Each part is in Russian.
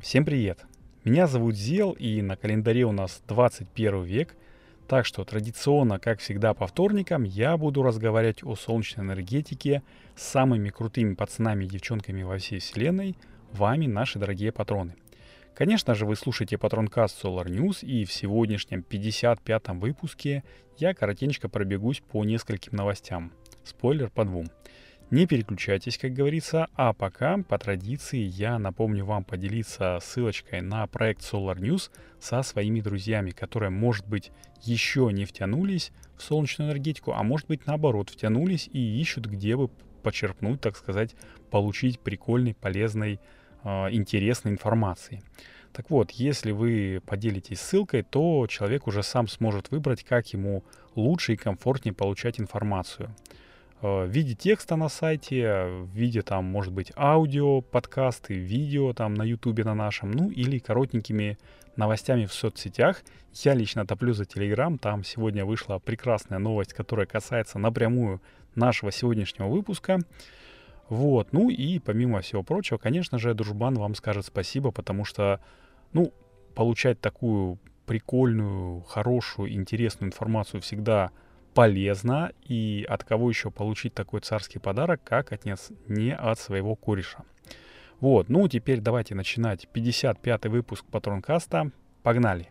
Всем привет! Меня зовут Зел, и на календаре у нас 21 век, так что традиционно, как всегда по вторникам, я буду разговаривать о солнечной энергетике с самыми крутыми пацанами и девчонками во всей вселенной, вами, наши дорогие патроны. Конечно же, вы слушаете Патронкаст Solar News, и в сегодняшнем 55-м выпуске я коротенько пробегусь по нескольким новостям. Спойлер по двум. Не переключайтесь, как говорится, а пока, по традиции, я напомню вам поделиться ссылочкой на проект Solar News со своими друзьями, которые, может быть, еще не втянулись в солнечную энергетику, а может быть, наоборот, втянулись и ищут, где бы почерпнуть, так сказать, получить прикольной, полезной, интересной информации. Так вот, если вы поделитесь ссылкой, то человек уже сам сможет выбрать, как ему лучше и комфортнее получать информацию. В виде текста на сайте, в виде там, может быть, аудио, подкасты, видео там на ютубе на нашем, ну или коротенькими новостями в соцсетях. Я лично топлю за Telegram, там сегодня вышла прекрасная новость, которая касается напрямую нашего сегодняшнего выпуска. Вот, ну и помимо всего прочего, конечно же, дружбан вам скажет спасибо, потому что, ну, получать такую прикольную, хорошую, интересную информацию всегда полезно, и от кого еще получить такой царский подарок, как не от своего кореша. Вот, ну теперь давайте начинать 55-й выпуск Патронкаста. Погнали!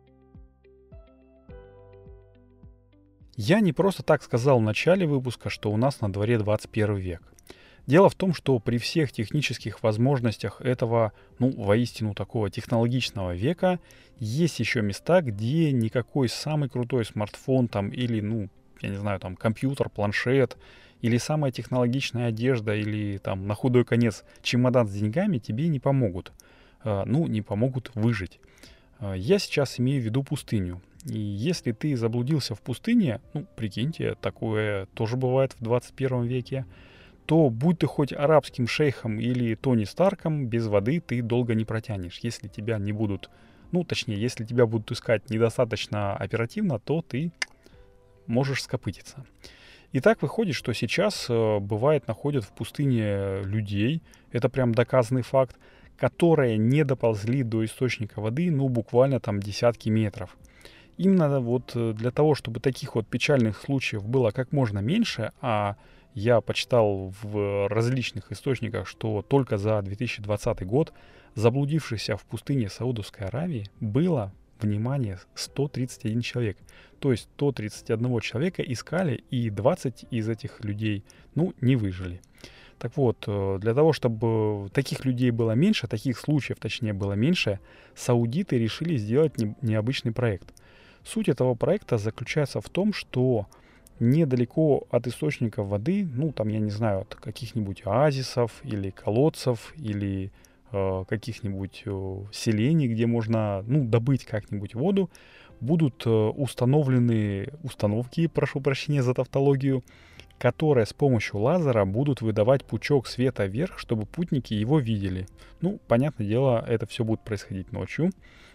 Я не просто так сказал в начале выпуска, что у нас на дворе 21 век. Дело в том, что при всех технических возможностях этого, ну, воистину такого технологичного века, есть еще места, где никакой самый крутой смартфон там или, ну, я не знаю, там компьютер, планшет или самая технологичная одежда или там на худой конец чемодан с деньгами тебе не помогут. Ну, не помогут выжить. Я сейчас имею в виду пустыню. И если ты заблудился в пустыне, ну, прикиньте, такое тоже бывает в 21 веке, то будь ты хоть арабским шейхом или Тони Старком, без воды ты долго не протянешь. Если тебя не будут, ну, точнее, если тебя будут искать недостаточно оперативно, то ты можешь скопытиться. И так выходит, что сейчас, бывает, находят в пустыне людей, это прям доказанный факт, которые не доползли до источника воды, ну, буквально там десятки метров. Именно вот для того, чтобы таких вот печальных случаев было как можно меньше, а я почитал в различных источниках, что только за 2020 год заблудившихся в пустыне Саудовской Аравии было, внимание, 131 человек. То есть 131 человека искали, и 20 из этих людей, ну, не выжили. Так вот, для того, чтобы таких людей было меньше, таких случаев, точнее, было меньше, саудиты решили сделать необычный проект. Суть этого проекта заключается в том, что недалеко от источников воды, ну, там, я не знаю, от каких-нибудь оазисов или колодцев, или каких-нибудь селений, где можно, ну, добыть как-нибудь воду, будут установлены установки, прошу прощения за тавтологию, которые с помощью лазера будут выдавать пучок света вверх, чтобы путники его видели. Ну, понятное дело, это все будет происходить ночью.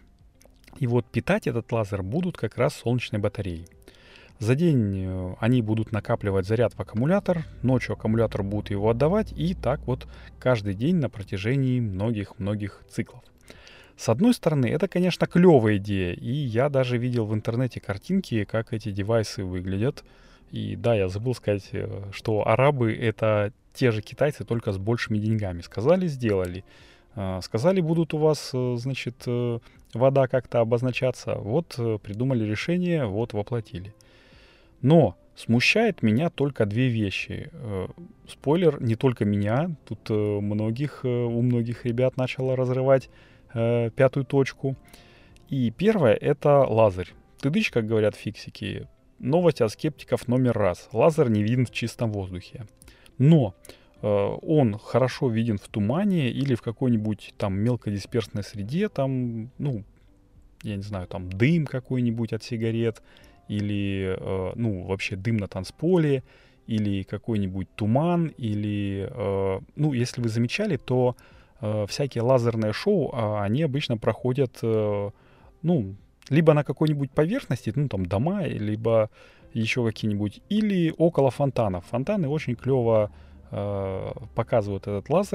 И вот питать этот лазер будут как раз солнечной батареей. За день они будут накапливать заряд в аккумулятор, ночью аккумулятор будет его отдавать, и так вот каждый день на протяжении многих-многих циклов. С одной стороны, это, конечно, клевая идея, и я даже видел в интернете картинки, как эти девайсы выглядят. И да, я забыл сказать, что арабы — это те же китайцы, только с большими деньгами. Сказали — сделали. Сказали, будут у вас, значит, вода как-то обозначаться. Вот придумали решение, вот воплотили. Но смущает меня только две вещи. Спойлер, не только меня. Тут у многих ребят начало разрывать пятую точку. И первое — это лазер. Тыдыч, как говорят фиксики. Новость от скептиков номер раз. Лазер не виден в чистом воздухе. Но он хорошо виден в тумане или в какой-нибудь там мелкодисперсной среде. Там, ну, я не знаю, там дым какой-нибудь от сигарет. Или, ну, вообще дым на танцполе, или какой-нибудь туман, или, ну, если вы замечали, то всякие лазерные шоу, они обычно проходят, ну, либо на какой-нибудь поверхности, ну, там, дома, либо еще какие-нибудь, или около фонтанов. Фонтаны очень клево показывают этот лазер,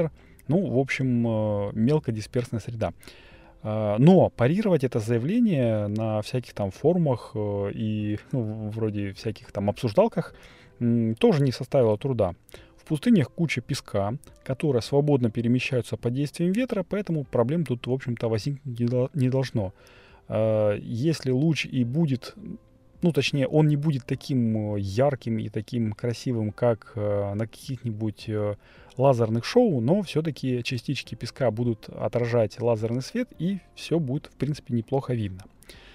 Ну, в общем, мелкодисперсная среда. Но парировать это заявление на всяких там форумах и ну, вроде всяких там обсуждалках тоже не составило труда. В пустынях куча песка, которая свободно перемещаются под действием ветра, поэтому проблем тут, в общем-то, возникнуть не должно. Если луч и будет, ну, точнее, он не будет таким ярким и таким красивым, как на каких-нибудь лазерных шоу, но все-таки частички песка будут отражать лазерный свет, и все будет, в принципе, неплохо видно.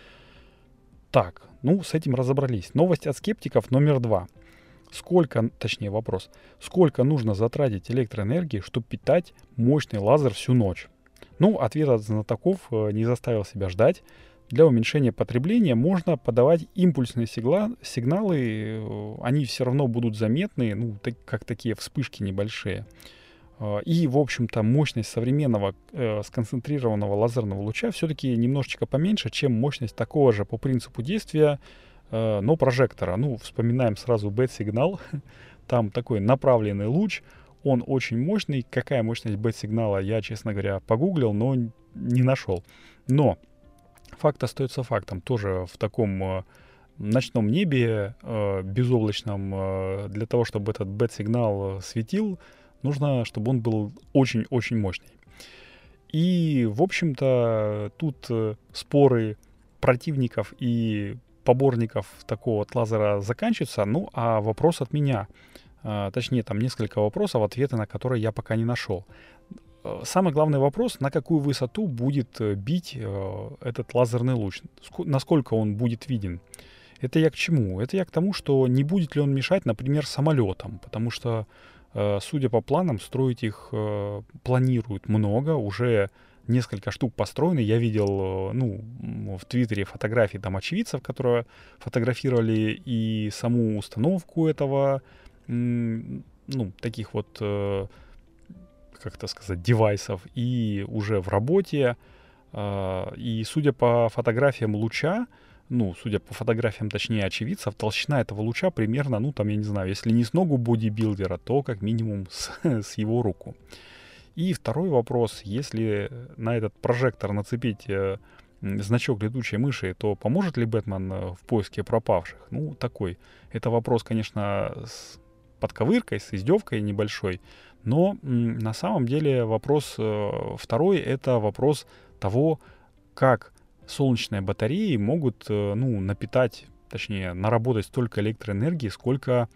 Так, ну, с этим разобрались. Новость от скептиков номер 2. Точнее вопрос, сколько нужно затратить электроэнергии, чтобы питать мощный лазер всю ночь? Ну, ответ от знатоков не заставил себя ждать. Для уменьшения потребления можно подавать импульсные сигналы, они все равно будут заметны, ну, как такие вспышки небольшие. И, в общем-то, мощность современного сконцентрированного лазерного луча все-таки немножечко поменьше, чем мощность такого же по принципу действия, но прожектора. Ну, вспоминаем сразу бэт-сигнал. Там такой направленный луч, он очень мощный. Какая мощность бэт-сигнала, я, честно говоря, погуглил, но не нашел. Но факт остается фактом. Тоже в таком ночном небе, безоблачном, для того, чтобы этот бэт-сигнал светил, нужно, чтобы он был очень-очень мощный. И, в общем-то, тут споры противников и поборников такого вот лазера заканчиваются. Ну, а вопрос от меня. Точнее, там несколько вопросов, ответы на которые я пока не нашел. Самый главный вопрос, на какую высоту будет бить этот лазерный луч, насколько он будет виден. Это я к чему? Это я к тому, что не будет ли он мешать, например, самолетам, потому что, судя по планам, строить их планируют много, уже несколько штук построены. Я видел, ну, в Твиттере фотографии там очевидцев, которые фотографировали и саму установку этого, ну, таких вот, как это сказать, девайсов, и уже в работе. И судя по фотографиям луча, ну, судя по фотографиям, точнее, очевидцев, толщина этого луча примерно, ну, там, я не знаю, если не с ногу бодибилдера, то как минимум с его руку. И второй вопрос, если на этот прожектор нацепить значок летучей мыши, то поможет ли Бэтмен в поиске пропавших? Ну, такой. Это вопрос, конечно, с подковыркой, с издевкой небольшой, но на самом деле вопрос второй — это вопрос того, как солнечные батареи могут, ну, напитать, точнее, наработать столько электроэнергии, сколько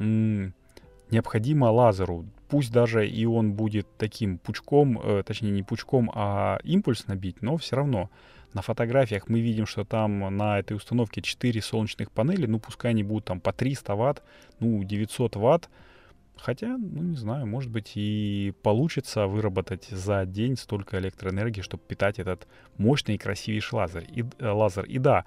необходимо лазеру. Пусть даже и он будет таким пучком, точнее не пучком, а импульсно бить, но все равно на фотографиях мы видим, что там на этой установке 4 солнечных панели, ну пускай они будут там по 300 ватт, ну 900 ватт. Хотя, ну не знаю, может быть и получится выработать за день столько электроэнергии, чтобы питать этот мощный и красивейший лазер. И да,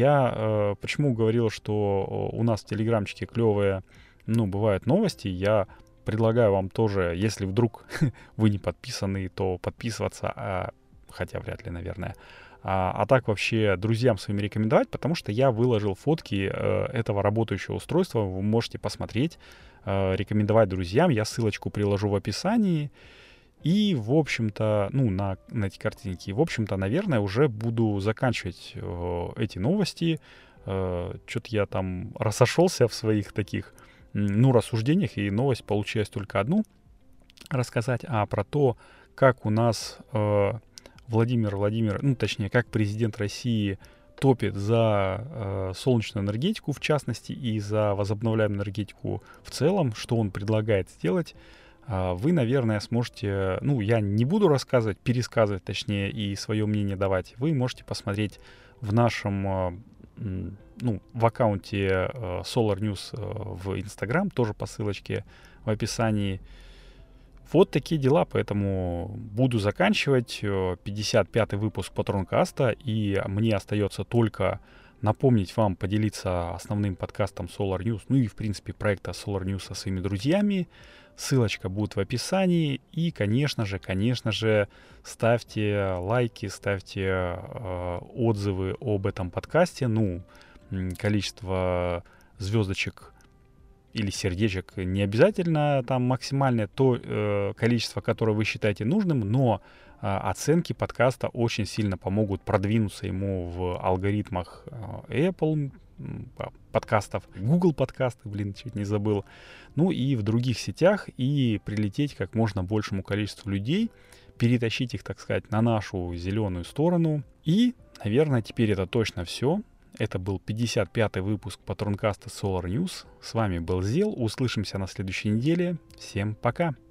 я почему говорил, что у нас в Телеграмчике клевые, ну, бывают новости. Я предлагаю вам тоже, если вдруг вы не подписаны, то подписываться, хотя вряд ли, наверное. А так вообще друзьям своим рекомендовать, потому что я выложил фотки этого работающего устройства, вы можете посмотреть, рекомендовать друзьям, я ссылочку приложу в описании. И, в общем-то, ну, на эти картинки. В общем-то, наверное, уже буду заканчивать эти новости. Что-то я там рассошелся в своих таких, ну, рассуждениях, и новость получилась только одну рассказать, а про то, как у нас Владимир, ну, точнее, как президент России топит за солнечную энергетику, в частности, и за возобновляемую энергетику в целом, что он предлагает сделать, вы, наверное, сможете, ну, я не буду рассказывать, пересказывать, точнее, и свое мнение давать. Вы можете посмотреть в нашем, ну, в аккаунте Solar News в Instagram, тоже по ссылочке в описании. Вот такие дела, поэтому буду заканчивать 55-й выпуск Патронкаста, и мне остается только напомнить вам поделиться основным подкастом Solar News, ну и, в принципе, проекта Solar News со своими друзьями. Ссылочка будет в описании. И, конечно же, ставьте лайки, ставьте отзывы об этом подкасте. Ну, количество звездочек или сердечек, не обязательно там максимальное то количество, которое вы считаете нужным, но оценки подкаста очень сильно помогут продвинуться ему в алгоритмах Apple подкастов, Google подкасты, чуть не забыл, ну и в других сетях, и прилететь как можно большему количеству людей, перетащить их, так сказать, на нашу зеленую сторону. И, наверное, теперь это точно все. Это был 55-й выпуск Патронкаста Solar News. С вами был Зел. Услышимся на следующей неделе. Всем пока!